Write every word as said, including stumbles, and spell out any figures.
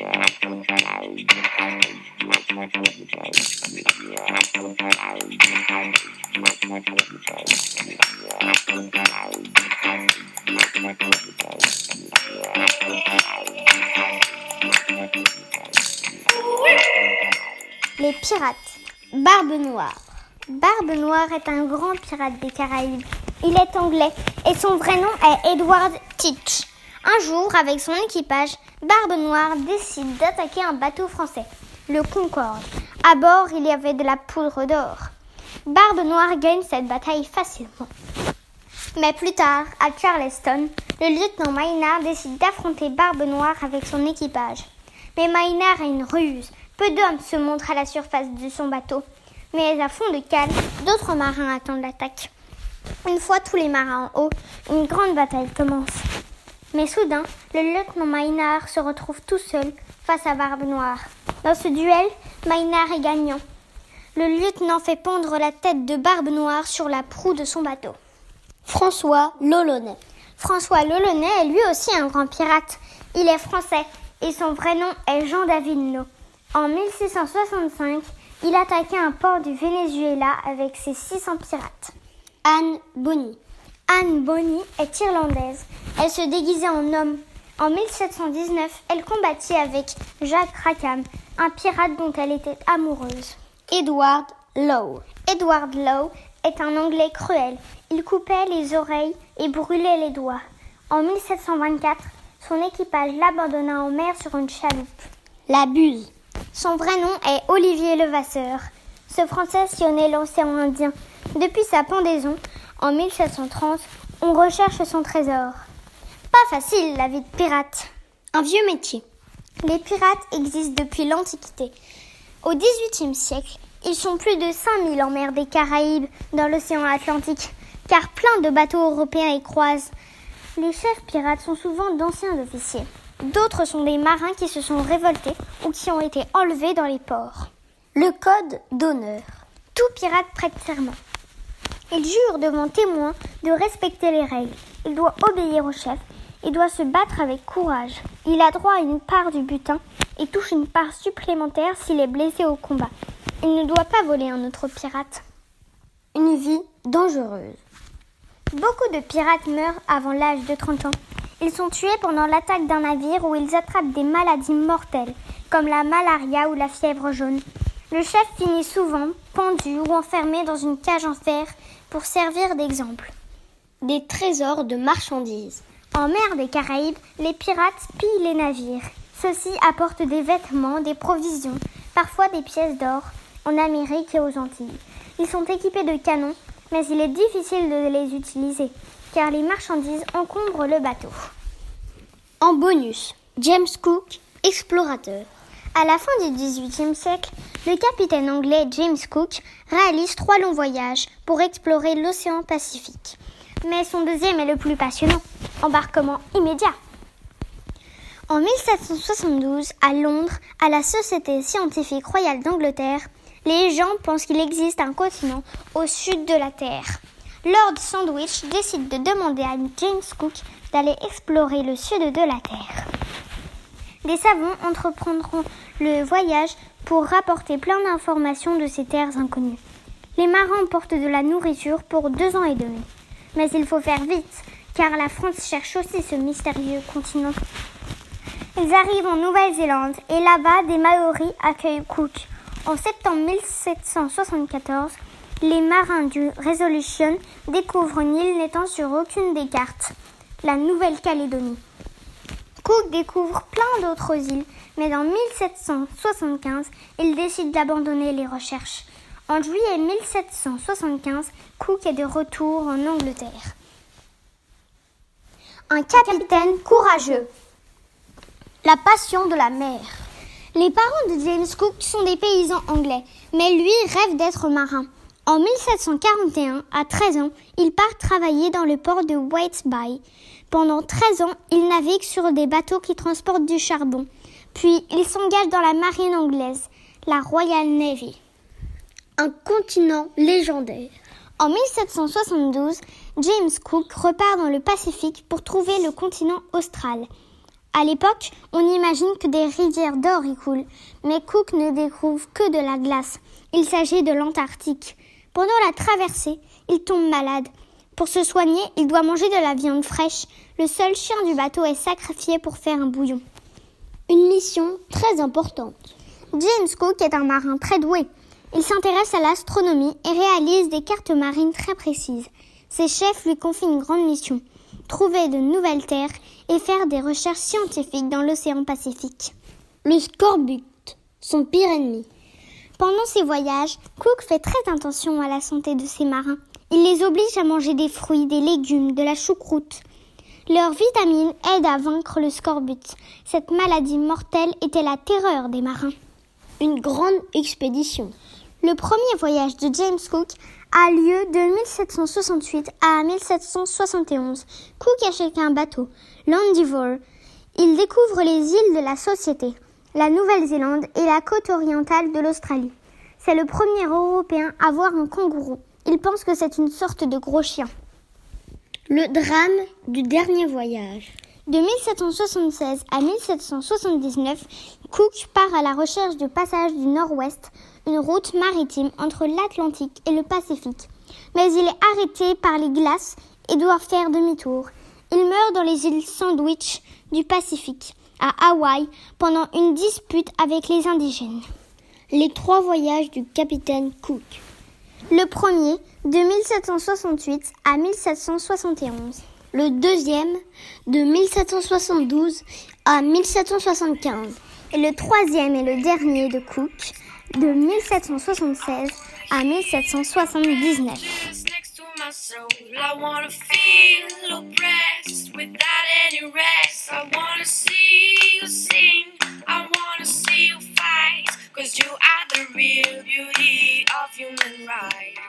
Les pirates. Barbe Noire. Barbe Noire est un grand pirate des Caraïbes. Il est anglais et son vrai nom est Edward Teach. Un jour, avec son équipage, Barbe Noire décide d'attaquer un bateau français, le Concorde. À bord, il y avait de la poudre d'or. Barbe Noire gagne cette bataille facilement. Mais plus tard, à Charleston, le lieutenant Maynard décide d'affronter Barbe Noire avec son équipage. Mais Maynard a une ruse. Peu d'hommes se montrent à la surface de son bateau. Mais à fond de cale, d'autres marins attendent l'attaque. Une fois tous les marins en haut, une grande bataille commence. Mais soudain, le lieutenant Maynard se retrouve tout seul face à Barbe Noire. Dans ce duel, Maynard est gagnant. Le lieutenant fait pendre la tête de Barbe Noire sur la proue de son bateau. François l'Olonnais. François l'Olonnais est lui aussi un grand pirate. Il est français et son vrai nom est Jean-David No. En mille six cent soixante-cinq, il attaquait un port du Venezuela avec ses six cents pirates. Anne Bonny. Anne Bonny est irlandaise. Elle se déguisait en homme. En mille sept cent dix-neuf, elle combattit avec Jacques Rackham, un pirate dont elle était amoureuse. Edward Lowe. Edward Lowe est un Anglais cruel. Il coupait les oreilles et brûlait les doigts. En mille sept cent vingt-quatre, son équipage l'abandonna en mer sur une chaloupe. La Buse. Son vrai nom est Olivier Levasseur. Ce Français sillonnait l'océan Indien. Depuis sa pendaison, en mille sept cent trente, on recherche son trésor. Pas facile, la vie de pirate. Un vieux métier. Les pirates existent depuis l'Antiquité. Au dix-huitième siècle, ils sont plus de cinq mille en mer des Caraïbes, dans l'océan Atlantique, car plein de bateaux européens y croisent. Les chefs pirates sont souvent d'anciens officiers. D'autres sont des marins qui se sont révoltés ou qui ont été enlevés dans les ports. Le code d'honneur. Tout pirate prête serment. Il jure devant témoins de respecter les règles. Il doit obéir au chef. Il doit se battre avec courage. Il a droit à une part du butin et touche une part supplémentaire s'il est blessé au combat. Il ne doit pas voler un autre pirate. Une vie dangereuse. Beaucoup de pirates meurent avant l'âge de trente ans. Ils sont tués pendant l'attaque d'un navire où ils attrapent des maladies mortelles, comme la malaria ou la fièvre jaune. Le chef finit souvent pendu ou enfermé dans une cage en fer pour servir d'exemple. Des trésors de marchandises. En mer des Caraïbes, les pirates pillent les navires. Ceux-ci apportent des vêtements, des provisions, parfois des pièces d'or, en Amérique et aux Antilles. Ils sont équipés de canons, mais il est difficile de les utiliser, car les marchandises encombrent le bateau. En bonus, James Cook, explorateur. À la fin du dix-huitième siècle, le capitaine anglais James Cook réalise trois longs voyages pour explorer l'océan Pacifique. Mais son deuxième est le plus passionnant, embarquement immédiat. En mille sept cent soixante-douze, à Londres, à la Société scientifique royale d'Angleterre, les gens pensent qu'il existe un continent au sud de la Terre. Lord Sandwich décide de demander à James Cook d'aller explorer le sud de la Terre. Des savants entreprendront le voyage pour rapporter plein d'informations de ces terres inconnues. Les marins portent de la nourriture pour deux ans et demi. Mais il faut faire vite, car la France cherche aussi ce mystérieux continent. Ils arrivent en Nouvelle-Zélande et là-bas, des Maoris accueillent Cook. En septembre mille sept cent soixante-quatorze, les marins du Resolution découvrent une île n'étant sur aucune des cartes, la Nouvelle-Calédonie. Cook découvre plein d'autres îles, mais en mille sept cent soixante-quinze, il décide d'abandonner les recherches. En juillet mille sept cent soixante-quinze, Cook est de retour en Angleterre. Un capitaine courageux. La passion de la mer. Les parents de James Cook sont des paysans anglais, mais lui rêve d'être marin. En mille sept cent quarante et un, à treize ans, il part travailler dans le port de Whitby. Pendant treize ans, il navigue sur des bateaux qui transportent du charbon. Puis, il s'engage dans la marine anglaise, la Royal Navy. Un continent légendaire. En mille sept cent soixante-douze, James Cook repart dans le Pacifique pour trouver le continent austral. À l'époque, on imagine que des rivières d'or y coulent, mais Cook ne découvre que de la glace. Il s'agit de l'Antarctique. Pendant la traversée, il tombe malade. Pour se soigner, il doit manger de la viande fraîche. Le seul chien du bateau est sacrifié pour faire un bouillon. Une mission très importante. James Cook est un marin très doué. Il s'intéresse à l'astronomie et réalise des cartes marines très précises. Ses chefs lui confient une grande mission, trouver de nouvelles terres et faire des recherches scientifiques dans l'océan Pacifique. Le scorbut, son pire ennemi. Pendant ses voyages, Cook fait très attention à la santé de ses marins. Il les oblige à manger des fruits, des légumes, de la choucroute. Leurs vitamines aident à vaincre le scorbut. Cette maladie mortelle était la terreur des marins. Une grande expédition. Le premier voyage de James Cook a lieu de mille sept cent soixante-huit à mille sept cent soixante et onze. Cook achète un bateau, l'Endeavour. Il découvre les îles de la Société, la Nouvelle-Zélande et la côte orientale de l'Australie. C'est le premier Européen à voir un kangourou. Il pense que c'est une sorte de gros chien. Le drame du dernier voyage. De mille sept cent soixante-seize à mille sept cent soixante-dix-neuf, Cook part à la recherche du passage du Nord-Ouest, une route maritime entre l'Atlantique et le Pacifique. Mais il est arrêté par les glaces et doit faire demi-tour. Il meurt dans les îles Sandwich du Pacifique, à Hawaï, pendant une dispute avec les indigènes. Les trois voyages du capitaine Cook. Le premier, de mille sept cent soixante-huit à mille sept cent soixante et onze. Le deuxième, de mille sept cent soixante-douze à mille sept cent soixante-quinze. Et le troisième et le dernier de Cook, de mille sept cent soixante-seize à mille sept cent soixante-dix-neuf. Cause you are the real beauty of human rights.